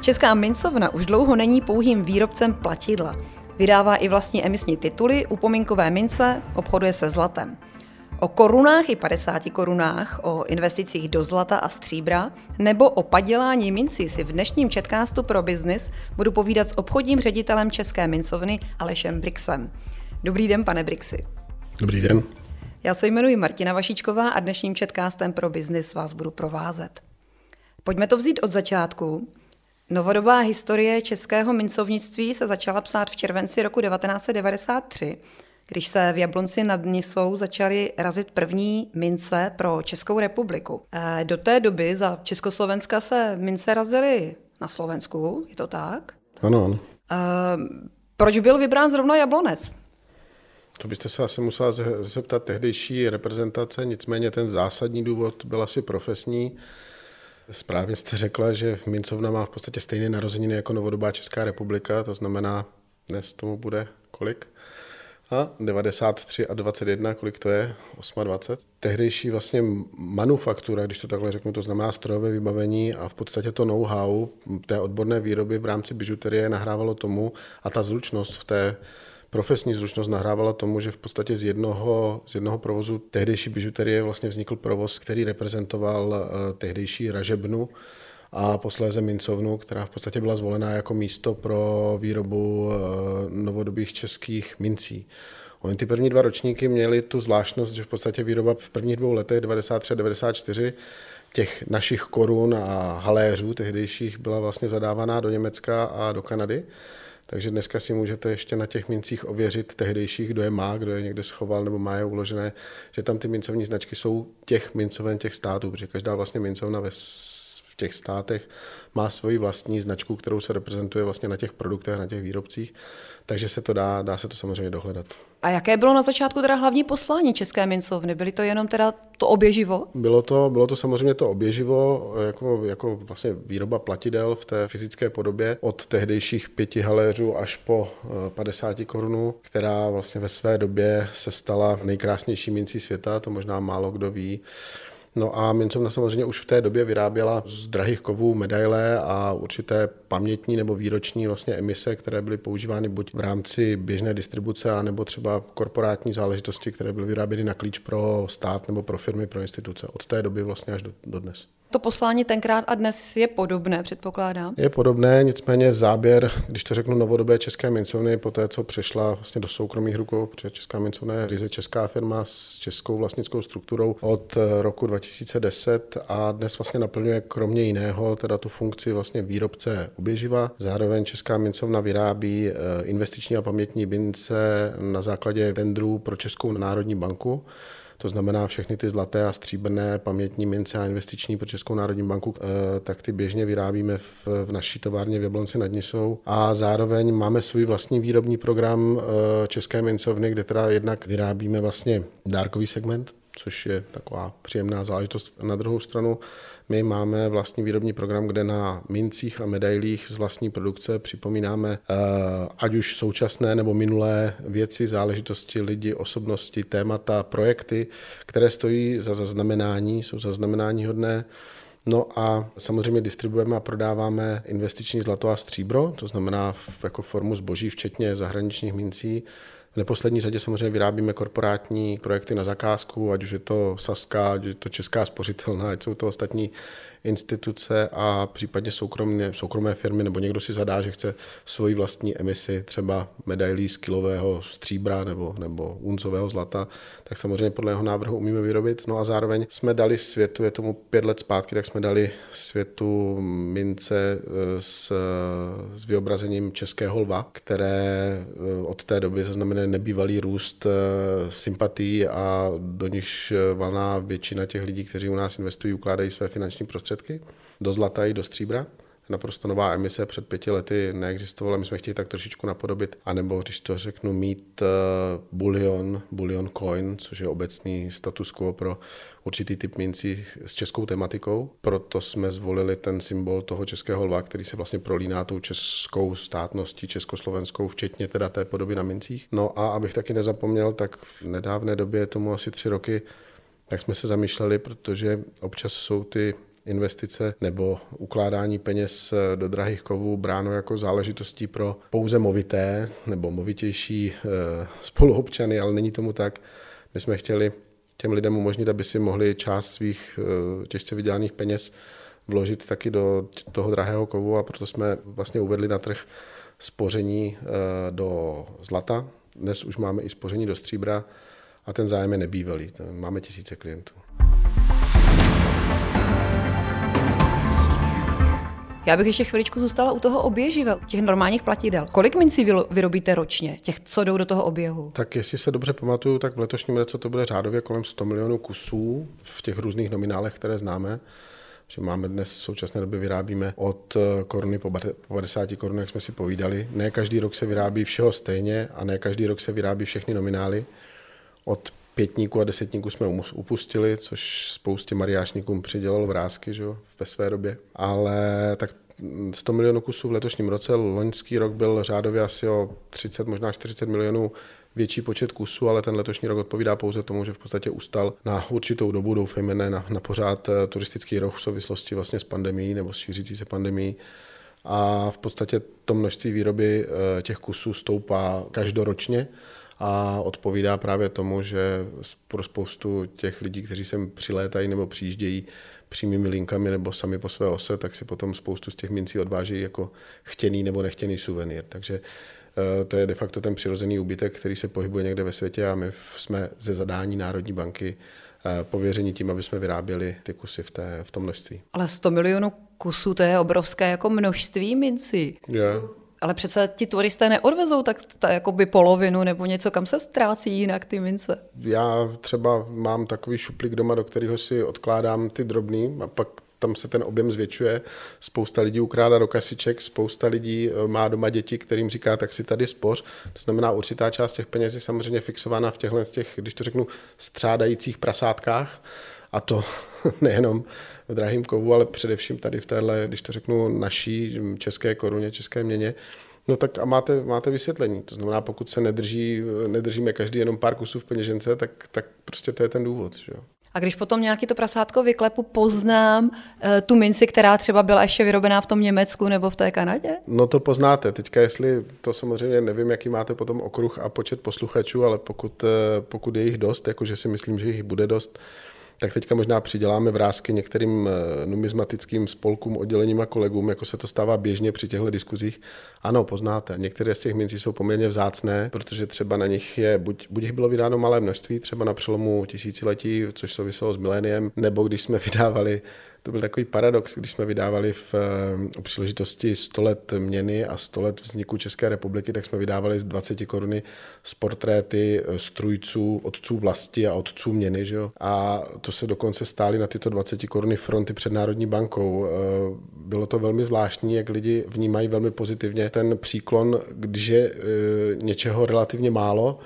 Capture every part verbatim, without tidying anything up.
Česká mincovna už dlouho není pouhým výrobcem platidla. Vydává i vlastní emisní tituly, upomínkové mince, obchoduje se zlatem. O korunách i padesáti korunách, o investicích do zlata a stříbra nebo o padělání mincí si v dnešním Chatcastu pro biznis budu povídat s obchodním ředitelem České mincovny Alešem Brixem. Dobrý den, pane Brixi. Dobrý den. Já se jmenuji Martina Vašíčková a dnešním Chatcastem pro biznis vás budu provázet. Pojďme to vzít od začátku. Novodobá historie českého mincovnictví se začala psát v červenci roku devatenáct set devadesát tři, když se v Jablonci nad Nisou začaly razit první mince pro Českou republiku. Do té doby za Československa se mince razily na Slovensku, je to tak? Ano, ano. Proč byl vybrán zrovna Jablonec? To byste se asi musela zeptat tehdejší reprezentace, nicméně ten zásadní důvod byl asi profesní. Správně jste řekla, že mincovna má v podstatě stejné narozeniny jako novodobá Česká republika, to znamená, dnes tomu bude kolik? A devadesát tři a dvacet jedna, kolik to je? dvacet osm. Tehdejší vlastně manufaktura, když to takhle řeknu, to znamená strojové vybavení a v podstatě to know-how té odborné výroby v rámci bižuterie nahrávalo tomu a ta zručnost v té profesní zručnost nahrávala tomu, že v podstatě z jednoho, z jednoho provozu tehdejší bižuterie vlastně vznikl provoz, který reprezentoval uh, tehdejší ražebnu a posléze mincovnu, která v podstatě byla zvolená jako místo pro výrobu uh, novodobých českých mincí. Oni ty první dva ročníky měli tu zvláštnost, že v podstatě výroba v prvních dvou letech devadesát tři a devadesát čtyři těch našich korun a haléřů tehdejších byla vlastně zadávaná do Německa a do Kanady. Takže dneska si můžete ještě na těch mincích ověřit tehdejších, kdo je má, kdo je někde schoval nebo má je uložené, že tam ty mincovní značky jsou těch mincoven těch států, protože každá vlastně mincovna ve, v těch státech má svoji vlastní značku, kterou se reprezentuje vlastně na těch produktech, na těch výrobcích, takže se to dá, dá se to samozřejmě dohledat. A jaké bylo na začátku teda hlavní poslání České mincovny? Byly to jenom teda to oběživo? Bylo to, bylo to samozřejmě to oběživo, jako, jako vlastně výroba platidel v té fyzické podobě od tehdejších pěti haléřů až po padesáti korunů, která vlastně ve své době se stala nejkrásnější mincí světa, to možná málo kdo ví. No a mincovna samozřejmě už v té době vyráběla z drahých kovů medaile a určité pamětní nebo výroční vlastně emise, které byly používány buď v rámci běžné distribuce, anebo třeba korporátní záležitosti, které byly vyráběny na klíč pro stát nebo pro firmy, pro instituce. Od té doby vlastně až do, do dnes. To poslání tenkrát a dnes je podobné, předpokládám? Je podobné, nicméně záběr, když to řeknu novodobé České mincovny, po té, co přešla vlastně do soukromých rukou, protože Česká mincovna je ryze česká firma s českou vlastnickou strukturou od roku dva tisíce deset a dnes vlastně naplňuje kromě jiného teda tu funkci vlastně výrobce oběživa. Zároveň Česká mincovna vyrábí investiční a pamětní mince na základě tendrů pro Českou národní banku. To znamená všechny ty zlaté a stříbrné pamětní mince a investiční pro Českou národní banku, tak ty běžně vyrábíme v, v naší továrně v Jablonci nad Nisou. A zároveň máme svůj vlastní výrobní program České mincovny, kde teda jednak vyrábíme vlastně dárkový segment, což je taková příjemná záležitost. Na druhou stranu my máme vlastní výrobní program, kde na mincích a medailích z vlastní produkce připomínáme ať už současné nebo minulé věci, záležitosti, lidi, osobnosti, témata, projekty, které stojí za zaznamenání, jsou zaznamenání hodné. No a samozřejmě distribuujeme a prodáváme investiční zlato a stříbro, to znamená jako formu zboží, včetně zahraničních mincí. V neposlední řadě samozřejmě vyrábíme korporátní projekty na zakázku, ať už je to Sazka, ať je to Česká spořitelná, ať jsou to ostatní instituce a případně soukromé, soukromé firmy, nebo někdo si zadá, že chce svoji vlastní emisi, třeba medailí z kilového stříbra nebo, nebo uncového zlata, tak samozřejmě podle jeho návrhu umíme vyrobit. No a zároveň jsme dali světu, je tomu pět let zpátky, tak jsme dali světu mince s, s vyobrazením českého lva, které od té doby zaznamenaly nebývalý růst sympatií a do nichž valná většina těch lidí, kteří u nás investují, ukládají své finanční prostředky do zlata i do stříbra. Naprosto nová emise před pěti lety neexistovala, my jsme chtěli tak trošičku napodobit, anebo když to řeknu, mít uh, bullion, bullion coin, což je obecný status quo pro určitý typ mincí s českou tematikou. Proto jsme zvolili ten symbol toho českého lva, který se vlastně prolíná tou českou státností, československou, včetně teda té podoby na mincích. No a abych taky nezapomněl, tak v nedávné době, tomu asi tři roky, tak jsme se zamýšleli, protože občas jsou ty investice nebo ukládání peněz do drahých kovů bráno jako záležitostí pro pouze movité nebo movitější spoluobčany, ale není tomu tak. My jsme chtěli těm lidem umožnit, aby si mohli část svých těžce vydělaných peněz vložit taky do toho drahého kovu, a proto jsme vlastně uvedli na trh spoření do zlata. Dnes už máme i spoření do stříbra a ten zájem je nebývalý. Máme tisíce klientů. Já bych ještě chviličku zůstala u toho oběživa, u těch normálních platidel. Kolik mincí vyrobíte ročně, těch, co jdou do toho oběhu? Tak jestli se dobře pamatuju, tak v letošním roce to bude řádově kolem sto milionů kusů v těch různých nominálech, které známe. Že máme dnes v současné době vyrábíme od koruny po padesát korun, jak jsme si povídali. Ne každý rok se vyrábí všeho stejně a ne každý rok se vyrábí všechny nominály. Od pětníku a desetníku jsme upustili, což spoustě mariášníkům přidělalo vrásky, že jo, ve své době. Ale tak sto milionů kusů v letošním roce, loňský rok byl řádově asi o třicet, možná čtyřicet milionů větší počet kusů, ale ten letošní rok odpovídá pouze tomu, že v podstatě ustal na určitou dobu, doufejme ne na, na pořád turistický rok v souvislosti vlastně s pandemií nebo s šířící se pandemií. A v podstatě to množství výroby těch kusů stoupá každoročně a odpovídá právě tomu, že pro spoustu těch lidí, kteří sem přilétají nebo přijíždějí přímými linkami nebo sami po své ose, tak si potom spoustu z těch mincí odvážejí jako chtěný nebo nechtěný suvenýr. Takže to je de facto ten přirozený úbytek, který se pohybuje někde ve světě, a my jsme ze zadání Národní banky pověření tím, aby jsme vyráběli ty kusy v, té, v tom množství. Ale sto milionů kusů, to je obrovské jako množství mincí. Je. Ale přece ti turisté neodvezou tak ta, jakoby polovinu nebo něco, kam se ztrácí jinak ty mince. Já třeba mám takový šuplík doma, do kterého si odkládám ty drobný, a pak tam se ten objem zvětšuje. Spousta lidí ukrádá do kasiček, spousta lidí má doma děti, kterým říká, tak si tady spoř. To znamená, určitá část těch peněz je samozřejmě fixována v těchto, těch, když to řeknu, střádajících prasátkách. A to nejenom v drahým kovu, ale především tady v téhle, když to řeknu, naší české koruně, české měně. No tak a máte, máte vysvětlení. To znamená, pokud se nedrží, nedržíme každý jenom pár kusů v peněžence, tak, tak prostě to je ten důvod. Že jo? A když potom nějaký to prasátko vyklepu, poznám e, tu minci, která třeba byla ještě vyrobená v tom Německu nebo v té Kanadě? No to poznáte. Teďka, jestli to samozřejmě nevím, jaký máte potom okruh a počet posluchačů, ale pokud, pokud je jich dost, jakože si myslím, že jich bude dost, tak teďka možná přiděláme vrásky některým numismatickým spolkům, oddělením a kolegům, jako se to stává běžně při těchto diskuzích. Ano, poznáte. Některé z těch mincí jsou poměrně vzácné, protože třeba na nich je, buď, buď jich bylo vydáno malé množství, třeba na přelomu tisíciletí, což souviselo s miléniem, nebo když jsme vydávali, to byl takový paradox, když jsme vydávali v, u příležitosti sto let měny a sto let vzniku České republiky, tak jsme vydávali z dvacet koruny z portréty strůjců, otců vlasti a otců měny. Že jo? A to se dokonce stály na tyto dvacet koruny fronty před Národní bankou. Bylo to velmi zvláštní, jak lidi vnímají velmi pozitivně ten příklon, když je něčeho relativně málo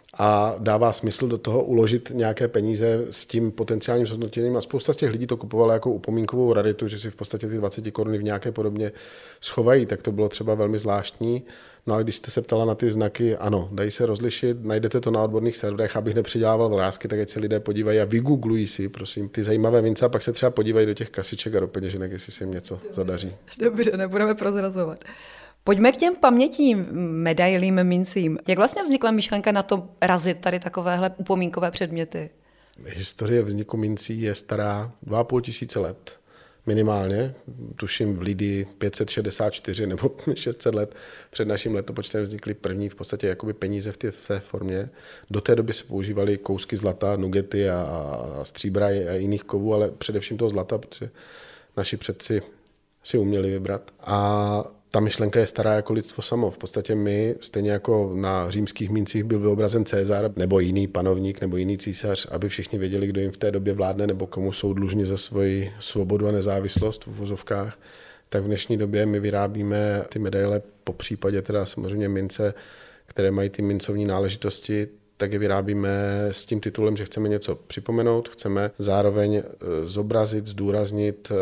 a dává smysl do toho uložit nějaké peníze s tím potenciálním zhodnotěním, a spousta z těch lidí to kupovala jako upomínkovou raritu, že si v podstatě ty dvacet koruny v nějaké podobně schovají, tak to bylo třeba velmi zvláštní. No a když jste se ptala na ty znaky, ano, dají se rozlišit, najdete to na odborných serverech, abych nepřidělával vrásky, tak ať se lidé podívají a vygooglují si, prosím, ty zajímavé mince, a pak se třeba podívají do těch kasiček a do peněženek, jestli se jim něco zadaří. Dobře, nebudeme prozrazovat. Pojďme k těm pamětním medailím, mincím. Jak vlastně vznikla myšlenka na to razit tady takovéhle upomínkové předměty? Historie vzniku mincí je stará dva a půl tisíce let. Minimálně, tuším v Lidii pět set šedesát čtyři nebo šest set let před naším letopočtem vznikly první v podstatě jakoby peníze v té, v té formě. Do té doby se používaly kousky zlata, nugety a, a stříbra a jiných kovů, ale především toho zlata, protože naši předci si uměli vybrat. A ta myšlenka je stará jako lidstvo samo. V podstatě my, stejně jako na římských mincích byl vyobrazen Cezar nebo jiný panovník nebo jiný císař, aby všichni věděli, kdo jim v té době vládne nebo komu jsou dlužni za svoji svobodu a nezávislost v uvozovkách, tak v dnešní době my vyrábíme ty medaile, po případě teda samozřejmě mince, které mají ty mincovní náležitosti, tak je vyrábíme s tím titulem, že chceme něco připomenout, chceme zároveň zobrazit, zdůraznit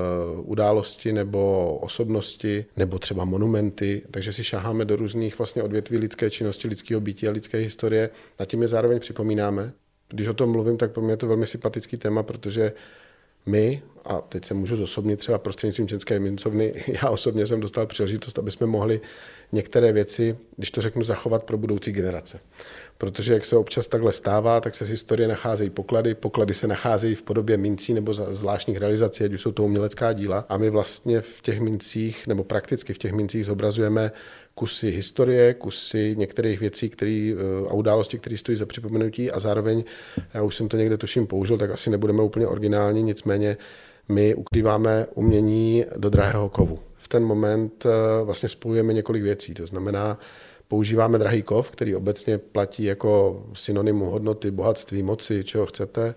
události nebo osobnosti, nebo třeba monumenty, takže si šaháme do různých vlastně odvětví lidské činnosti, lidského bytí a lidské historie a tím je zároveň připomínáme. Když o tom mluvím, tak pro mě je to velmi sympatický téma, protože my a teď se můžu zosobnit třeba prostřednictvím České mincovny, já osobně jsem dostal příležitost, aby jsme mohli některé věci, když to řeknu, zachovat pro budoucí generace. Protože jak se občas takhle stává, tak se z historie nacházejí poklady, poklady se nacházejí v podobě mincí nebo zvláštních realizací, ať už jsou to umělecká díla. A my vlastně v těch mincích, nebo prakticky v těch mincích zobrazujeme kusy historie, kusy některých věcí který, a událostí, které stojí za připomenutí a zároveň, já už jsem to někde tuším použil, tak asi nebudeme úplně originální, nicméně my ukrýváme umění do drahého kovu. V ten moment vlastně spojujeme několik věcí, to znamená, používáme drahý kov, který obecně platí jako synonymum hodnoty, bohatství, moci, čeho chcete,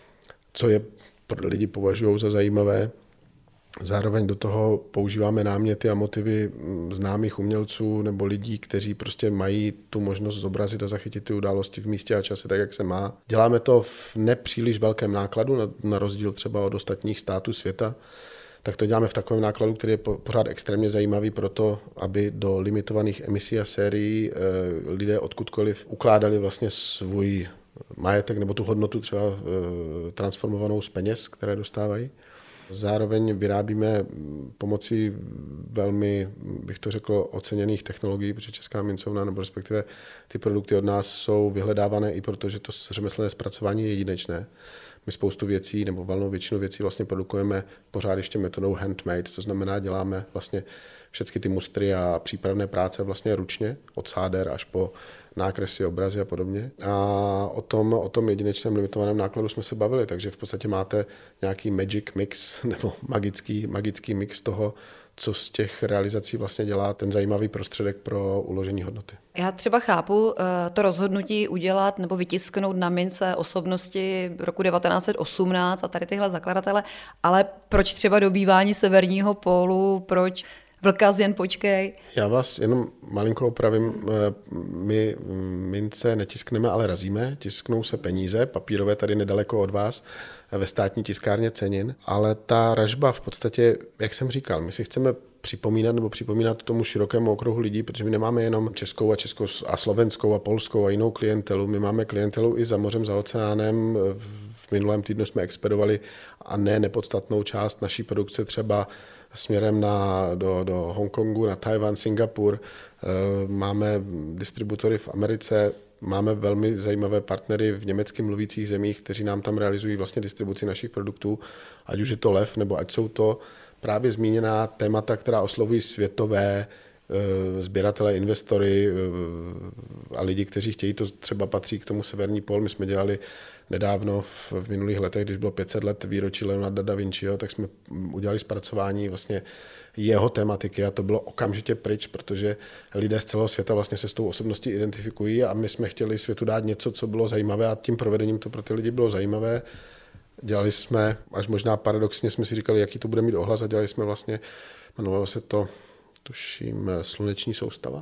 co je pro lidi považují za zajímavé. Zároveň do toho používáme náměty a motivy známých umělců nebo lidí, kteří prostě mají tu možnost zobrazit a zachytit ty události v místě a čase tak, jak se má. Děláme to v nepříliš velkém nákladu, na, na rozdíl třeba od ostatních států světa. Tak to děláme v takovém nákladu, který je pořád extrémně zajímavý pro to, aby do limitovaných emisí a sérií lidé odkudkoliv ukládali vlastně svůj majetek nebo tu hodnotu třeba transformovanou z peněz, které dostávají. Zároveň vyrábíme pomocí velmi, bych to řekl, oceněných technologií, protože Česká mincovna, nebo respektive ty produkty od nás jsou vyhledávané i proto, že to řemeslné zpracování je jedinečné. My spoustu věcí, nebo valnou většinu věcí vlastně produkujeme pořád ještě metodou handmade, to znamená, děláme vlastně všechny ty mustry a přípravné práce vlastně ručně, od sáder až po nákresy, obrazy a podobně. A o tom, o tom jedinečném limitovaném nákladu jsme se bavili, takže v podstatě máte nějaký magic mix nebo magický, magický mix toho, co z těch realizací vlastně dělá ten zajímavý prostředek pro uložení hodnoty. Já třeba chápu to rozhodnutí udělat nebo vytisknout na mince osobnosti roku devatenáct set osmnáct a tady tyhle zakladatele, ale proč třeba dobývání severního pólu, proč vlkaz jen počkej? Já vás jenom malinko opravím. My mince netiskneme, ale razíme. Tisknou se peníze, papírové tady nedaleko od vás, ve státní tiskárně cenin, ale ta ražba v podstatě, jak jsem říkal, my si chceme připomínat nebo připomínat tomu širokému okruhu lidí, protože my nemáme jenom českou a českou a slovenskou a polskou a jinou klientelu, my máme klientelu i za mořem, za oceánem. V minulém týdnu jsme expedovali a ne nepodstatnou část naší produkce třeba směrem na, do, do Hongkongu, na Tajvan, Singapur. Máme distributory v Americe, máme velmi zajímavé partnery v německy mluvících zemích, kteří nám tam realizují vlastně distribuci našich produktů, ať už je to Lev, nebo ať jsou to právě zmíněná témata, která oslovují světové sběratele, investory a lidi, kteří chtějí, to třeba patří k tomu severní pól. My jsme dělali nedávno v, v minulých letech, když bylo pět set let výročí Leonarda da Vinciho, tak jsme udělali zpracování vlastně jeho tematiky a to bylo okamžitě pryč, protože lidé z celého světa vlastně se s tou osobností identifikují a my jsme chtěli světu dát něco, co bylo zajímavé a tím provedením to pro ty lidi bylo zajímavé. Dělali jsme, až možná paradoxně jsme si říkali, jaký to bude mít ohlas a dělali jsme vlastně, jmenovalo se to, tuším, sluneční soustava.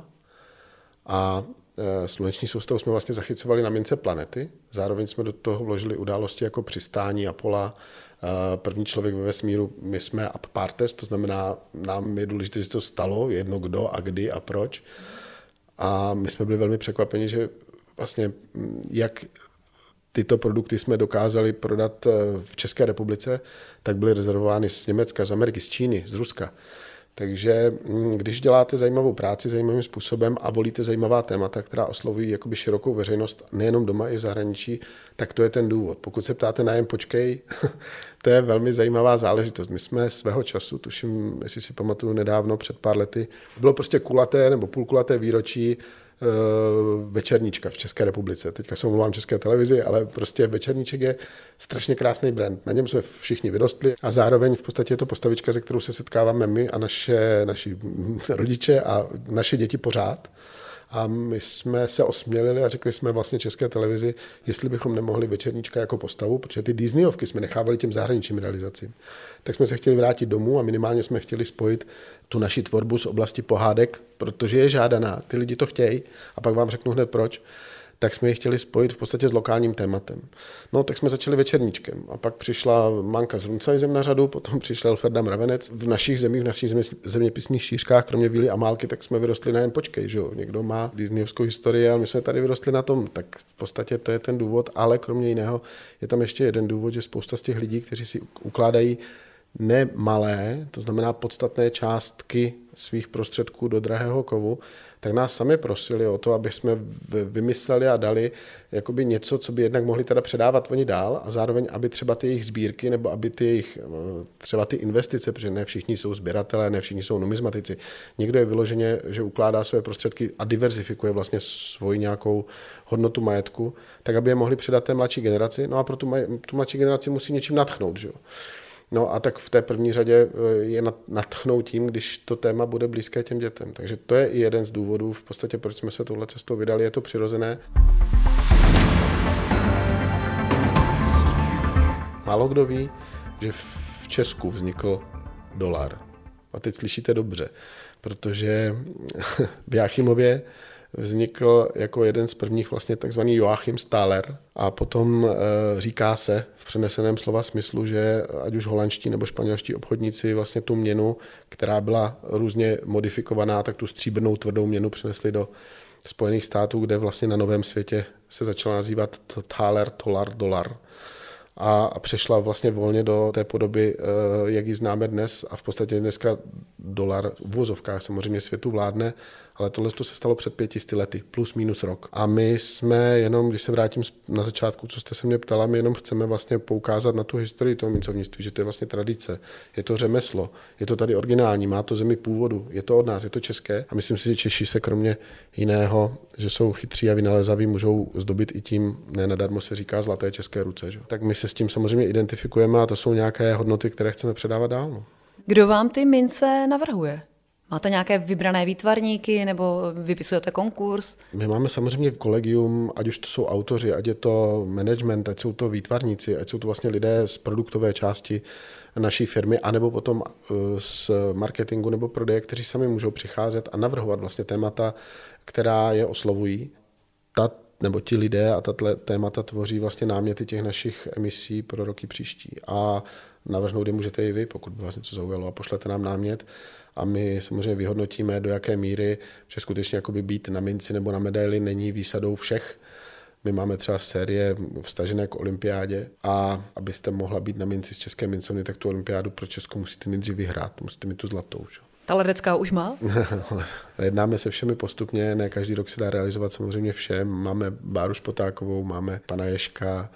A sluneční soustavu jsme vlastně zachycovali na mince planety. Zároveň jsme do toho vložili události jako přistání Apolla, první člověk ve vesmíru. My jsme up partes, to znamená, nám je důležité, že to stalo, jedno kdo a kdy a proč. A my jsme byli velmi překvapeni, že vlastně jak tyto produkty jsme dokázali prodat v České republice, tak byly rezervovány z Německa, z Ameriky, z Číny, z Ruska. Takže když děláte zajímavou práci zajímavým způsobem a volíte zajímavá témata, která oslovují jakoby širokou veřejnost, nejenom doma, i v zahraničí, tak to je ten důvod. Pokud se ptáte na jen počkej, to je velmi zajímavá záležitost. My jsme svého času, tuším, jestli si pamatuju nedávno, před pár lety, bylo prostě kulaté nebo půlkulaté výročí Večerníčka v České republice. Teďka se omlouvám České televizi, ale prostě Večerníček je strašně krásný brand. Na něm jsme všichni vyrostli a zároveň v podstatě je to postavička, se kterou se setkáváme my a naše, naši rodiče a naše děti pořád. A my jsme se osmělili a řekli jsme vlastně České televizi, jestli bychom nemohli Večerníčka jako postavu, protože ty Disneyovky jsme nechávali těm zahraničním realizacím. Tak jsme se chtěli vrátit domů a minimálně jsme chtěli spojit tu naši tvorbu z oblasti pohádek, protože je žádaná, ty lidi to chtějí a pak vám řeknu hned proč. Tak jsme ji chtěli spojit v podstatě s lokálním tématem. No, tak jsme začali Večerníčkem a pak přišla Manka s Runcajzem na řadu, potom přišel Elferdam Mravenec. V našich zemích, v našich zeměpisných šířkách, kromě Víly a Málky, tak jsme vyrostli na jen počkej, že jo. Někdo má disneyovskou historii, ale my jsme tady vyrostli na tom, tak v podstatě to je ten důvod, ale kromě jiného je tam ještě jeden důvod, že spousta z těch lidí, kteří si ukládají ne malé, to znamená podstatné částky svých prostředků do drahého kovu, tak nás sami prosili o to, aby jsme vymysleli a dali jakoby něco, co by jednak mohli teda předávat oni dál a zároveň, aby třeba ty jejich sbírky nebo aby ty jejich třeba ty investice, protože ne všichni jsou sběratelé, ne všichni jsou numismatici. Někdo je vyloženě, že ukládá své prostředky a diverzifikuje vlastně svoji nějakou hodnotu majetku, tak aby je mohli předat té mladší generaci. No a pro tu, maj, tu mladší generaci musí něčím nadchnout, že jo. No a tak v té první řadě je nadchnout tím, když to téma bude blízké těm dětem. Takže to je i jeden z důvodů, v podstatě, proč jsme se touhle cestou vydali, je to přirozené. Málo kdo ví, že v Česku vznikl dolar. A teď slyšíte dobře, protože v Jáchymově vznikl jako jeden z prvních vlastně takzvaný Joachim Thaler a potom e, říká se v přeneseném slova smyslu, že ať už holandští nebo španělští obchodníci vlastně tu měnu, která byla různě modifikovaná, tak tu stříbrnou tvrdou měnu přinesli do Spojených států, kde vlastně na novém světě se začala nazývat Thaler, tolar, dolar. A přešla vlastně volně do té podoby, jak ji známe dnes a v podstatě dneska dolar v uvozovkách samozřejmě světu vládne, ale tohle to se stalo před pětisty lety, plus minus rok. A my jsme jenom, když se vrátím na začátku, co jste se mě ptala, my jenom chceme vlastně poukázat na tu historii toho mincovnictví, že to je vlastně tradice, je to řemeslo, je to tady originální, má to zemi původu, je to od nás, je to české a myslím si, že Češi se kromě jiného, že jsou chytří a vynalezaví, můžou zdobit i tím, ne nadarmo se říká zlaté české ruce. Že? Tak my se s tím samozřejmě identifikujeme a to jsou nějaké hodnoty, které chceme předávat dál. No. Kdo vám ty mince navrhuje? Máte nějaké vybrané výtvarníky nebo vypisujete konkurs? My máme samozřejmě kolegium, ať už to jsou autoři, ať je to management, ať jsou to výtvarníci, ať jsou to vlastně lidé z produktové části naší firmy, anebo potom z marketingu nebo prodeje, kteří sami můžou přicházet a navrhovat vlastně témata, která je oslovují. Ta, nebo ti lidé a tato témata tvoří vlastně náměty těch našich emisí pro roky příští. A navrhnout je můžete i vy, pokud by vás něco zaujalo a pošlete nám námět. A my samozřejmě vyhodnotíme, do jaké míry, že skutečně jakoby být na minci nebo na medaili není výsadou všech. My máme třeba série vztažené k olympiádě a abyste mohla být na minci z České mincovny, tak tu olympiádu pro Česko musíte nejdřív vyhrát, musíte mít tu zlatou. Že? Ta ledecká už má? Jednáme se všemi postupně, ne každý rok se dá realizovat samozřejmě všem. Máme Báru Špotákovou, máme pana Ježka,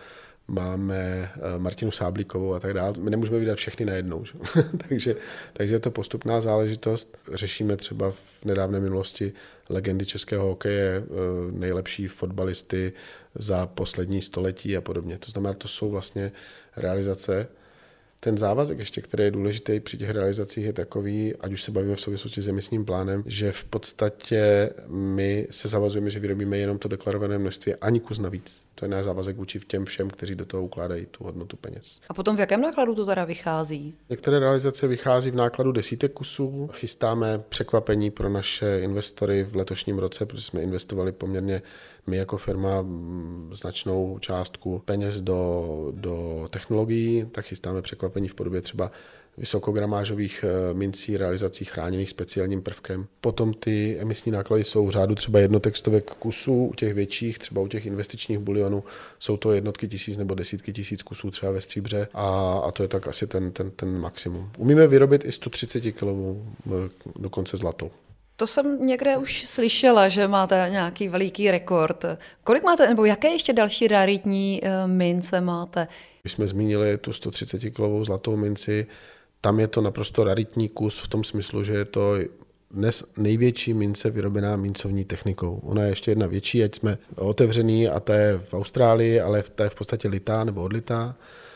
máme Martinu Sáblíkovou a tak dále. My nemůžeme vydat všechny najednou. takže, takže je to postupná záležitost. Řešíme třeba v nedávné minulosti legendy českého hokeje, nejlepší fotbalisty za poslední století a podobně. To znamená, to jsou vlastně realizace. Ten závazek ještě, který je důležitý při těch realizacích, je takový, ať už se bavíme v souvislosti s emisním plánem, že v podstatě my se zavazujeme, že vyrobíme jenom to deklarované množství, ani kus navíc. To je náš závazek vůči těm všem, kteří do toho ukládají tu hodnotu peněz. A potom v jakém nákladu to teda vychází? Některé realizace vychází v nákladu desítek kusů. Chystáme překvapení pro naše investory v letošním roce, protože jsme investovali poměrně my jako firma značnou částku peněz do, do technologií, tak chystáme překvapení v podobě třeba vysokogramážových mincí realizací chráněných speciálním prvkem. Potom ty emisní náklady jsou v řádu třeba jednotek stovek kusů, u těch větších, třeba u těch investičních bulionů, jsou to jednotky tisíc nebo desítky tisíc kusů třeba ve stříbře a, a to je tak asi ten, ten, ten maximum. Umíme vyrobit i sto třicet kilovou, dokonce zlatou. To jsem někde už slyšela, že máte nějaký veliký rekord. Kolik máte, nebo jaké ještě další raritní mince máte? Když jsme zmínili tu sto třicet kilovou zlatou minci, tam je to naprosto raritní kus v tom smyslu, že je to dnes největší mince vyrobená mincovní technikou. Ona je ještě jedna větší, ať jsme otevřený a ta je v Austrálii, ale ta je v podstatě litá nebo odlitá.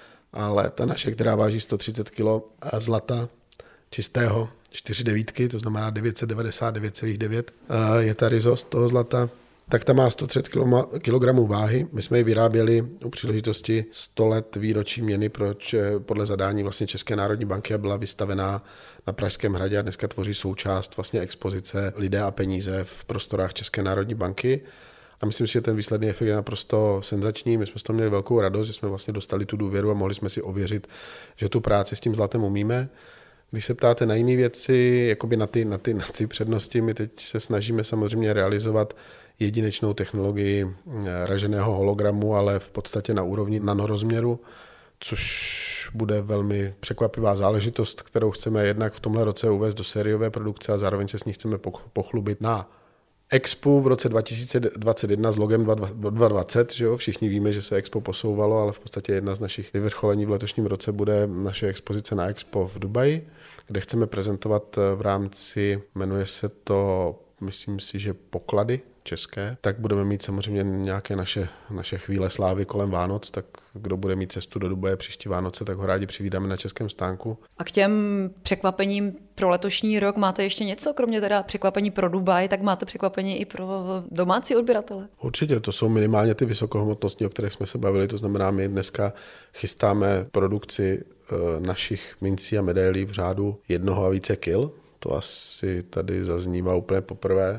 Ale ta naše, která váží sto třicet kilo zlata čistého, čtyři devítky, to znamená devět set devadesát devět celá devět, je ta ryzost toho zlata, tak ta má sto třicet kilogramů váhy. My jsme ji vyráběli u příležitosti sto let výročí měny, proč podle zadání vlastně České národní banky byla vystavená na Pražském hradě a dneska tvoří součást vlastně expozice Lidé a peníze v prostorách České národní banky. A myslím si, že ten výsledný efekt je naprosto senzační. My jsme z toho měli velkou radost, že jsme vlastně dostali tu důvěru a mohli jsme si ověřit, že tu práci s tím zlatem umíme. Když se ptáte na jiné věci, jakoby na ty, na, ty, na ty přednosti, my teď se snažíme samozřejmě realizovat jedinečnou technologii raženého hologramu, ale v podstatě na úrovni nanorozměru, což bude velmi překvapivá záležitost, kterou chceme jednak v tomhle roce uvést do sériové produkce a zároveň se s ní chceme pochlubit na Expo v roce dva tisíce dvacet jedna s logem dva tisíce dvacet, že jo? Všichni víme, že se Expo posouvalo, ale v podstatě jedna z našich vyvrcholení v letošním roce bude naše expozice na Expo v Dubaji, kde chceme prezentovat v rámci, jmenuje se to, myslím si, že poklady české, tak budeme mít samozřejmě nějaké naše, naše chvíle slávy kolem Vánoc, tak kdo bude mít cestu do Dubaje příští Vánoce, tak ho rádi přivídáme na českém stánku. A k těm překvapením pro letošní rok máte ještě něco, kromě teda překvapení pro Dubaj, tak máte překvapení i pro domácí odběratele? Určitě, to jsou minimálně ty vysokohmotnostní, o kterých jsme se bavili, to znamená, my dneska chystáme produkci e, našich mincí a medailí v řádu jednoho a více kil, to asi tady zaznívá úplně poprvé.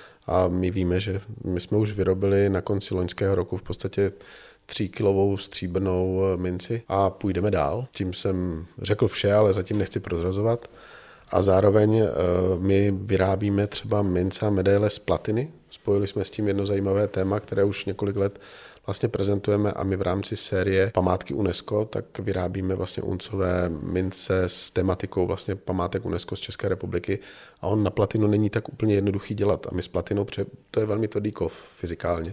A my víme, že my jsme už vyrobili na konci loňského roku v podstatě tříkilovou stříbrnou minci a půjdeme dál. Tím jsem řekl vše, ale zatím nechci prozrazovat. A zároveň my vyrábíme třeba mince a medaile z platiny. Spojili jsme s tím jedno zajímavé téma, které už několik let vlastně prezentujeme a my v rámci série Památky UNESCO tak vyrábíme vlastně uncové mince s tematikou vlastně památek UNESCO z České republiky a on na platinu není tak úplně jednoduchý dělat a my s platinou, to je velmi tvrdý kov fyzikálně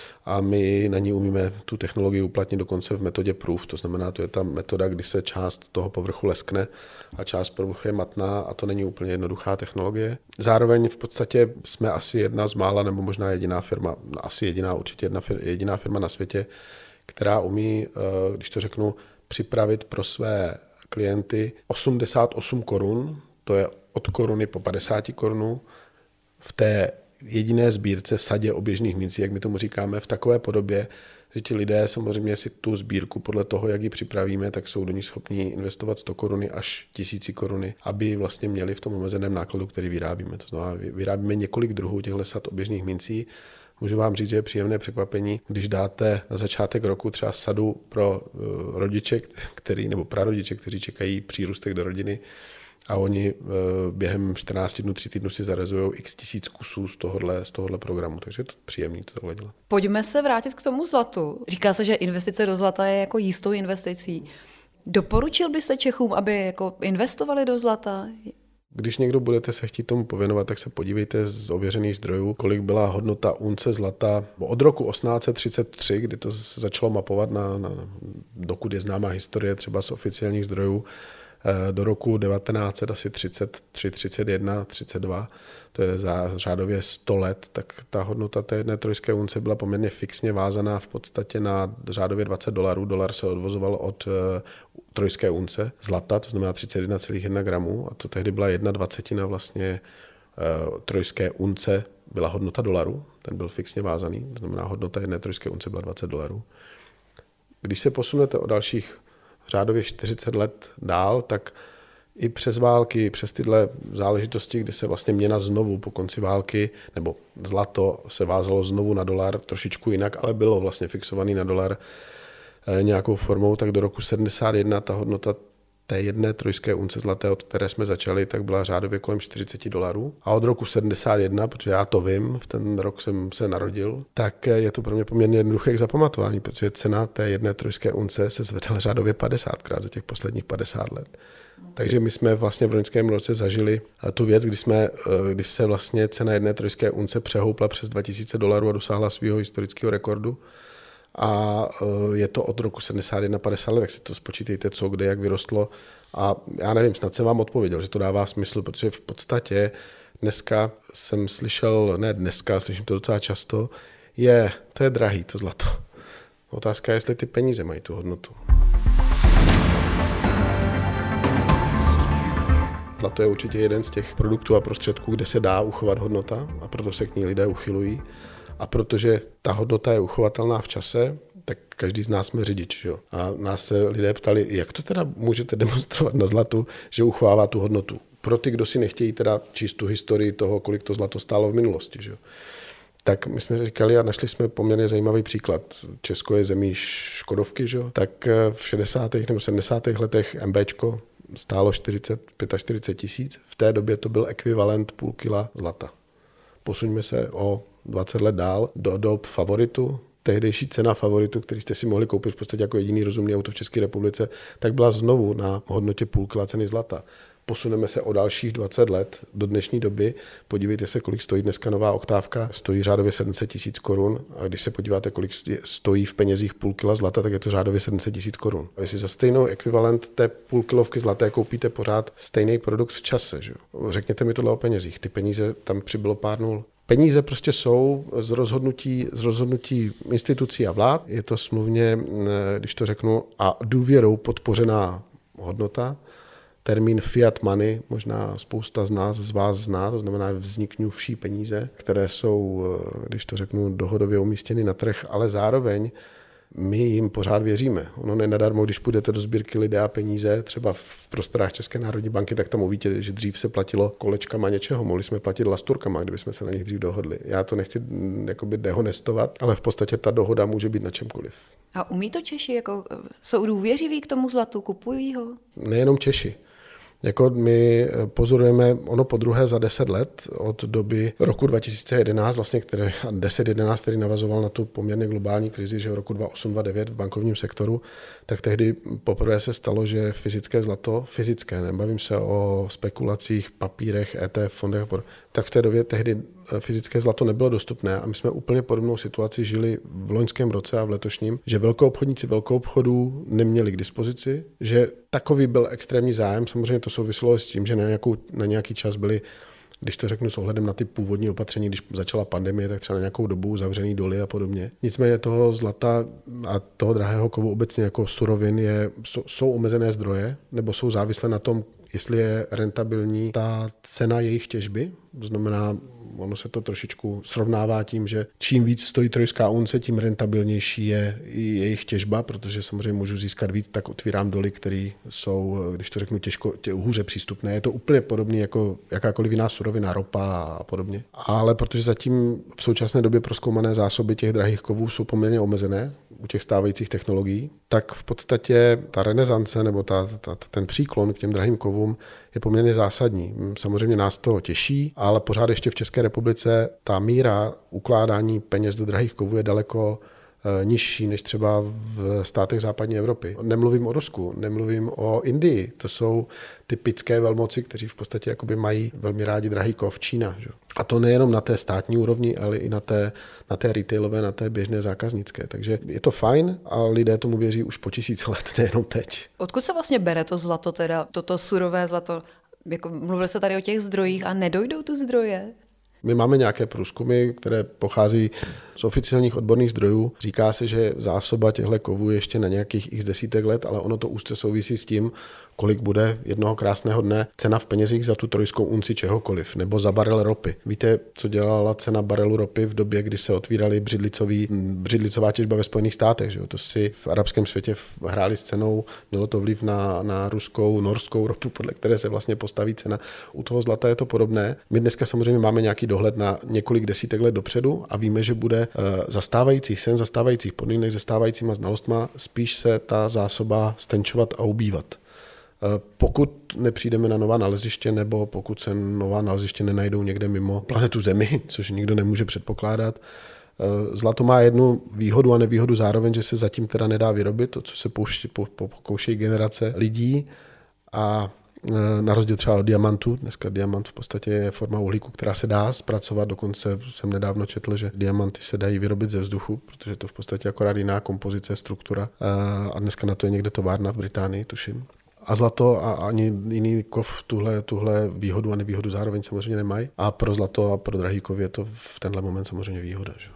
a my na ní umíme tu technologii uplatnit dokonce v metodě proof, to znamená, to je ta metoda, kdy se část toho povrchu leskne a část povrchu je matná a to není úplně jednoduchá technologie. Zároveň v podstatě jsme asi jedna z mála nebo možná jediná firma, asi jediná, určitě jedna jediná firma na světě, která umí, když to řeknu, připravit pro své klienty osmdesát osm korun, to je od koruny po padesát korun, v té jediné sbírce sadě oběžných mincí, jak my tomu říkáme, v takové podobě, že ti lidé samozřejmě si tu sbírku podle toho, jak ji připravíme, tak jsou do ní schopni investovat sto koruny až tisíci koruny, aby vlastně měli v tom omezeném nákladu, který vyrábíme. To znamená, vyrábíme několik druhů těchto sad oběžných mincí. Můžu vám říct, že je příjemné překvapení, když dáte na začátek roku třeba sadu pro rodiče, který, nebo prarodiče, kteří čekají přírůstek do rodiny, a oni během čtrnácti dnů, tři týdnů si zarezují x tisíc kusů z tohohle, z tohohle programu, takže je to příjemný to tohle dělat. Pojďme se vrátit k tomu zlatu. Říká se, že investice do zlata je jako jistou investicí. Doporučil byste Čechům, aby jako investovali do zlata? Když někdo budete se chtít tomu pověnovat, tak se podívejte z ověřených zdrojů, kolik byla hodnota unce zlata od roku osmnáct set třicet tři, kdy to se začalo mapovat, na, na, dokud je známá historie třeba z oficiálních zdrojů, do roku devatenáct set třicet tři, třicet jedna, třicet dva, to je za řádově sto let, tak ta hodnota té jedné trojské unce byla poměrně fixně vázaná v podstatě na řádově dvacet dolarů. Dolar se odvozoval od trojské unce zlata, to znamená třicet jedna celá jedna gramů a to tehdy byla jedna dvacetina vlastně trojské unce byla hodnota dolaru, ten byl fixně vázaný, to znamená hodnota jedné trojské unce byla dvacet dolarů. Když se posunete o dalších řádově čtyřicet let dál, tak i přes války, přes tyhle záležitosti, kdy se vlastně měna znovu po konci války, nebo zlato se vázalo znovu na dolar, trošičku jinak, ale bylo vlastně fixovaný na dolar nějakou formou, tak do roku sedmdesát jedna ta hodnota té jedné trojské unce zlaté, od které jsme začali, tak byla řádově kolem čtyřicet dolarů. A od roku sedmdesát jedna, protože já to vím, v ten rok jsem se narodil, tak je to pro mě poměrně jednoduché k zapamatování, protože cena té jedné trojské unce se zvedala řádově padesátkrát za těch posledních padesát let. Takže my jsme vlastně v loňském roce zažili tu věc, kdy, jsme, když se vlastně cena jedné trojské unce přehoupla přes dva tisíce dolarů a dosáhla svého historického rekordu. A je to od roku sedmdesát jedna padesát let, tak si to spočítejte, co, kde, jak vyrostlo. A já nevím, snad jsem vám odpověděl, že to dává smysl, protože v podstatě dneska jsem slyšel, ne dneska, slyším to docela často, je, to je drahý, to zlato. Otázka je, jestli ty peníze mají tu hodnotu. Zlato je určitě jeden z těch produktů a prostředků, kde se dá uchovat hodnota a proto se k ní lidé uchylují. A protože ta hodnota je uchovatelná v čase, tak každý z nás jsme řidič. Jo? A nás se lidé ptali, jak to teda můžete demonstrovat na zlatu, že uchovává tu hodnotu. Pro ty, kdo si nechtějí teda číst tu historii toho, kolik to zlato stálo v minulosti. Že? Tak my jsme říkali a našli jsme poměrně zajímavý příklad. Česko je zemí Škodovky, že? Tak v šedesátých nebo sedmdesátých letech MBčko stálo čtyřicet, čtyřicet pět tisíc. V té době to byl ekvivalent půl kila zlata. Posuňme se o dvacet let dál do dob favoritu. tehdejší cena favoritu, který jste si mohli koupit v podstatě jako jediný rozumný auto v České republice, tak byla znovu na hodnotě půl kila ceny zlata. Posuneme se o dalších dvacet let do dnešní doby. Podívejte se, kolik stojí dneska nová Oktávka. Stojí řádově sedm set tisíc korun. A když se podíváte, kolik stojí v penězích půl kila zlata, tak je to řádově sedm set tisíc korun. A jestli za stejnou ekvivalent té půl kilovky zlaté koupíte pořád stejný produkt v čase, že? Řekněte mi tohle o penězích. Ty peníze, tam přibylo pár nul. Peníze prostě jsou z rozhodnutí, z rozhodnutí institucí a vlád. Je to smluvně, když to řeknu, a důvěrou podpořená hodnota. Termín fiat money možná spousta z nás, z vás zná, to znamená vzniknuvší peníze, které jsou, když to řeknu, dohodově umístěny na trh, ale zároveň my jim pořád věříme. Ono nenadarmo, když půjdete do sbírky Lidé a peníze, třeba v prostorách České národní banky, tak tam uvidíte, že dřív se platilo kolečkama něčeho, mohli jsme platit lasturkama, kdybychom se na nich dřív dohodli. Já to nechci jakoby dehonestovat, ale v podstatě ta dohoda může být na čemkoliv. A umí to Češi? Jako, jsou důvěřiví k tomu zlatu? Kupují ho? Nejenom Češi. Jako my pozorujeme ono po druhé za deset let od doby roku dva tisíce jedenáct, vlastně které, deset jedenáct, který navazoval na tu poměrně globální krizi, že v roku dva tisíce osm dva tisíce devět v bankovním sektoru, tak tehdy poprvé se stalo, že fyzické zlato, fyzické, nebavím se o spekulacích, papírech, E T F, fondech, tak v té době tehdy fyzické zlato nebylo dostupné a my jsme úplně podobnou situaci žili v loňském roce a v letošním, že velkoobchodníci velkoobchodů neměli k dispozici, že takový byl extrémní zájem, samozřejmě to souviselo s tím, že na, nějakou, na nějaký čas byli, když to řeknu s ohledem na ty původní opatření, když začala pandemie, tak třeba na nějakou dobu zavřený doly a podobně. Nicméně toho zlata a toho drahého kovu obecně jako surovin je, jsou omezené zdroje, nebo jsou závislé na tom, jestli je rentabilní ta cena jejich těžby. To znamená, ono se to trošičku srovnává tím, že čím víc stojí trojská unce, tím rentabilnější je i jejich těžba, protože samozřejmě můžu získat víc, tak otvírám doly, které jsou, když to řeknu, těžko, tě, hůře přístupné. Je to úplně podobné jako jakákoliv jiná surovina, ropa a podobně. Ale protože zatím v současné době prozkoumané zásoby těch drahých kovů jsou poměrně omezené u těch stávajících technologií, tak v podstatě ta renesance nebo ta, ta, ten příklon k těm drahým kovům je poměrně zásadní. Samozřejmě nás to těší, ale pořád ještě v České republice ta míra ukládání peněz do drahých kovů je daleko nižší než třeba v státech západní Evropy. Nemluvím o Rusku, nemluvím o Indii. To jsou typické velmoci, kteří v podstatě jakoby mají velmi rádi drahý kov, Čína. Že? A to nejenom na té státní úrovni, ale i na té, na té retailové, na té běžné zákaznické. Takže je to fajn a lidé tomu věří už po tisíce let, nejenom teď. Odkud se vlastně bere to zlato, teda toto surové zlato? Jako mluvil se tady o těch zdrojích a nedojdou tu zdroje? My máme nějaké průzkumy, které pochází z oficiálních odborných zdrojů. Říká se, že zásoba těchto kovů je ještě na nějakých x desítek let, ale ono to úzce souvisí s tím, kolik bude jednoho krásného dne cena v penězích za tu trojskou unci čehokoliv, nebo za barel ropy. Víte, co dělala cena barelu ropy v době, kdy se otvíraly břidlicový, břidlicová těžba ve Spojených státech? Že? To si v arabském světě hráli s cenou, mělo to vliv na, na ruskou, norskou ropu, podle které se vlastně postaví cena. U toho zlata je to podobné. My dneska samozřejmě máme nějaký dohled na několik desítek let dopředu a víme, že bude zastávajících sen, zastávajících podmínek, se stávajícíma znalostma spíš se ta zásoba stenčovat a ubývat. Pokud nepřijdeme na nová naleziště nebo pokud se nová naleziště nenajdou někde mimo planetu Zemi, což nikdo nemůže předpokládat, zlato má jednu výhodu a nevýhodu zároveň, že se zatím teda nedá vyrobit, to, co se pouští, po, po, pokoušejí generace lidí a na rozdíl třeba od diamantu. Dneska diamant v podstatě je forma uhlíku, která se dá zpracovat. Dokonce jsem nedávno četl, že diamanty se dají vyrobit ze vzduchu, protože to v podstatě akorát jiná kompozice, struktura. A dneska na to je někde továrna v Británii, tuším. A zlato a ani jiný kov tuhle, tuhle výhodu a nevýhodu zároveň samozřejmě nemají. A pro zlato a pro drahý kov je to v tenhle moment samozřejmě výhoda. Že?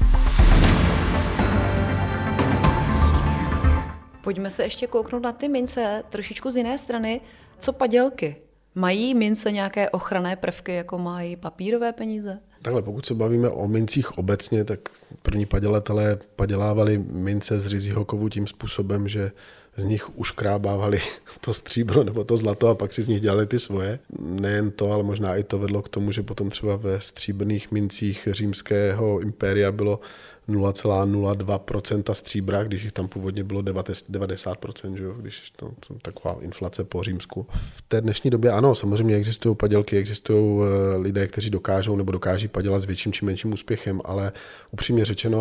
Pojďme se ještě kouknout na ty mince trošičku z jiné strany. Co padělky? Mají mince nějaké ochranné prvky, jako mají papírové peníze? Takhle, pokud se bavíme o mincích obecně, tak první padělatelé padělávali mince z ryzího kovu tím způsobem, že z nich uškrábávali to stříbro nebo to zlato a pak si z nich dělali ty svoje. Nejen to, ale možná i to vedlo k tomu, že potom třeba ve stříbrných mincích římského impéria bylo nula celá nula dva procenta stříbra, když jich tam původně bylo devadesát procent, že jo? Když to, to taková inflace po Římsku. V té dnešní době ano, samozřejmě existují padělky, existují lidé, kteří dokážou nebo dokáží padělat s větším či menším úspěchem, ale upřímně řečeno,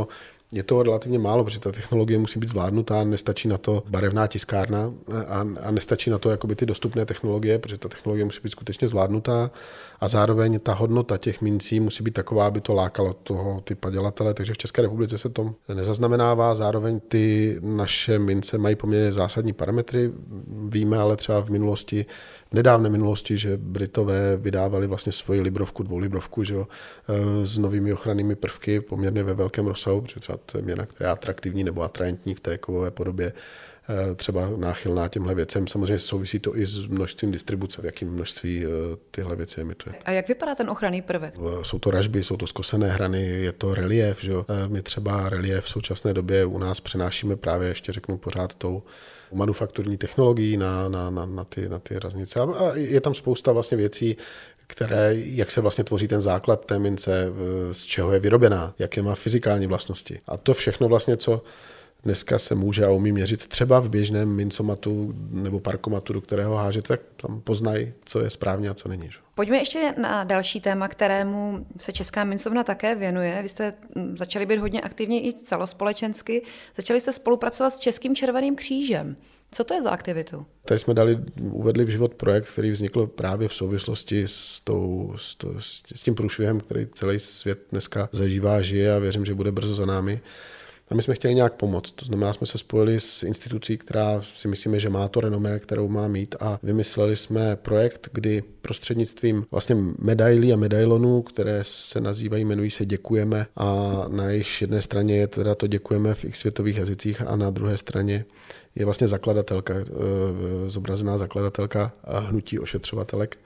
je to relativně málo, protože ta technologie musí být zvládnutá, nestačí na to barevná tiskárna a, a nestačí na to jakoby ty dostupné technologie, protože ta technologie musí být skutečně zvládnutá a zároveň ta hodnota těch mincí musí být taková, aby to lákalo toho ty padělatele, takže v České republice se to nezaznamenává, zároveň ty naše mince mají poměrně zásadní parametry, víme ale třeba v minulosti, v nedávné minulosti, že Britové vydávali vlastně svoji librovku, dvoulibrovku, že jo, s novými ochrannými prvky poměrně ve velkém rozsahu, protože třeba to je měna, která je atraktivní nebo atraentní v té kovové podobě, třeba náchylná těmhle věcem. Samozřejmě souvisí to i s množstvím distribuce, v jakém množství tyhle věci emituje. A jak vypadá ten ochranný prvek? Jsou to ražby, jsou to skosené hrany, je to relief. Že? My třeba relief v současné době u nás přenášíme právě, ještě řeknu pořád tou manufakturní technologií na, na, na, na, ty, na ty raznice. A je tam spousta vlastně věcí, které, jak se vlastně tvoří ten základ té mince, z čeho je vyrobená, jaké má fyzikální vlastnosti. A to všechno vlastně, co dneska se může a umí měřit třeba v běžném mincomatu nebo parkomatu, do kterého hážete, tak tam poznají, co je správně a co není. Pojďme ještě na další téma, kterému se Česká mincovna také věnuje. Vy jste začali být hodně aktivní i celospolečensky. Začali jste spolupracovat s Českým červeným křížem. Co to je za aktivitu? Tady jsme dali, uvedli v život projekt, který vznikl právě v souvislosti s, tou, s, to, s tím průšvihem, který celý svět dneska zažívá, žije a věřím, že bude brzo za námi. A my jsme chtěli nějak pomoct. To znamená, jsme se spojili s institucí, která si myslíme, že má to renomé, kterou má mít, a vymysleli jsme projekt, kdy prostřednictvím vlastně medailí a medailonů, které se nazývají, jmenují se Děkujeme, a na jejich jedné straně je teda to Děkujeme v x světových jazycích a na druhé straně je vlastně zakladatelka, zobrazená zakladatelka hnutí ošetřovatelek.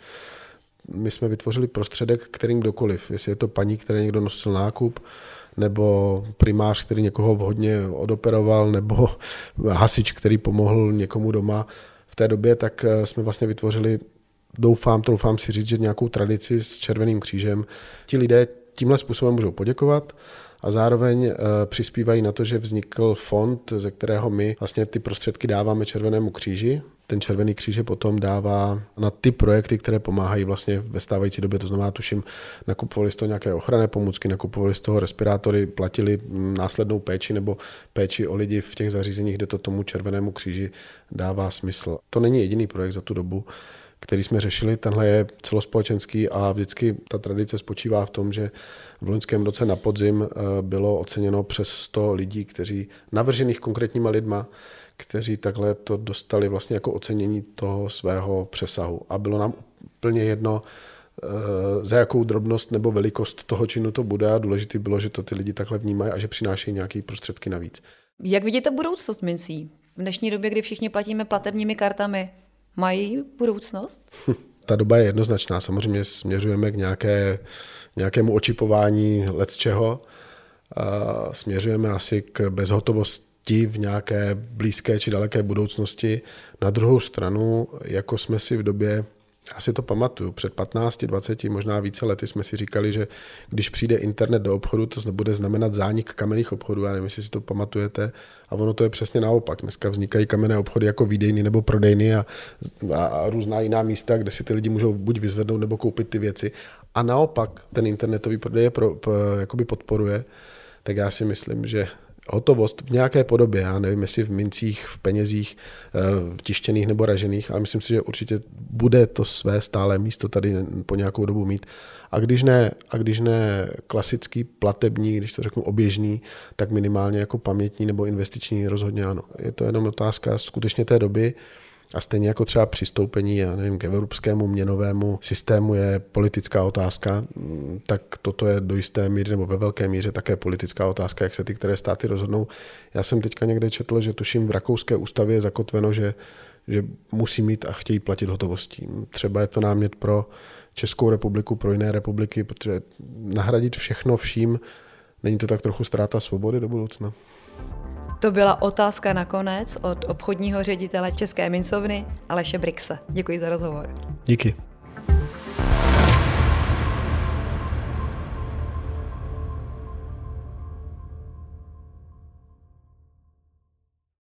My jsme vytvořili prostředek, kterým kdokoliv, jestli je to paní, které někdo nosil nákup, nebo primář, který někoho vhodně odoperoval, nebo hasič, který pomohl někomu doma v té době, tak jsme vlastně vytvořili, doufám, doufám si říct, že nějakou tradici s Červeným křížem. Ti lidé tímhle způsobem můžou poděkovat a zároveň přispívají na to, že vznikl fond, ze kterého my vlastně ty prostředky dáváme Červenému kříži. Ten Červený kříž je potom dává na ty projekty, které pomáhají vlastně ve stávající době. To znamená, tuším, nakupovali z toho nějaké ochranné pomůcky, nakupovali z toho respirátory, platili následnou péči nebo péči o lidi v těch zařízeních, kde to tomu Červenému kříži dává smysl. To není jediný projekt za tu dobu, který jsme řešili. Tenhle je celospolečenský a vždycky ta tradice spočívá v tom, že v loňském roce na podzim bylo oceněno přes sto lidí, kteří navržených konkrétníma lidma, kteří takhle to dostali vlastně jako ocenění toho svého přesahu. A bylo nám úplně jedno, za jakou drobnost nebo velikost toho činu to bude, a důležité bylo, že to ty lidi takhle vnímají a že přinášejí nějaké prostředky navíc. Jak vidíte budoucnost mincí? V dnešní době, kdy všichni platíme platebními kartami, mají budoucnost? Ta doba je jednoznačná. Samozřejmě směřujeme k nějaké, nějakému očipování lecčeho. Směřujeme asi k bezhotovosti v nějaké blízké či daleké budoucnosti. Na druhou stranu, jako jsme si v době, já si to pamatuju, před patnácti, dvaceti, možná více lety jsme si říkali, že když přijde internet do obchodu, to bude znamenat zánik kamenných obchodů. Já nevím, jestli si to pamatujete. A ono to je přesně naopak. Dneska vznikají kamenné obchody jako výdejny nebo prodejny a, a, a různá jiná místa, kde si ty lidi můžou buď vyzvednout nebo koupit ty věci. A naopak ten internetový prodej je pro, pro, jakoby podporuje. Tak já si myslím, že hotovost v nějaké podobě, já nevím, jestli v mincích, v penězích, tištěných nebo ražených, ale myslím si, že určitě bude to své stálé místo tady po nějakou dobu mít. A když ne, a když ne klasický platební, když to řeknu oběžný, tak minimálně jako pamětní nebo investiční rozhodně ano. Je to jenom otázka skutečně té doby. A stejně jako třeba přistoupení, já nevím, k evropskému měnovému systému je politická otázka, tak toto je do jisté míry nebo ve velké míře také politická otázka, jak se ty které státy rozhodnou. Já jsem teďka někde četl, že tuším v rakouské ústavě je zakotveno, že, že musí mít a chtějí platit hotovostí. Třeba je to námět pro Českou republiku, pro jiné republiky, protože nahradit všechno vším, není to tak trochu ztráta svobody do budoucna? To byla otázka nakonec od obchodního ředitele České mincovny Aleše Brixe. Děkuji za rozhovor. Díky.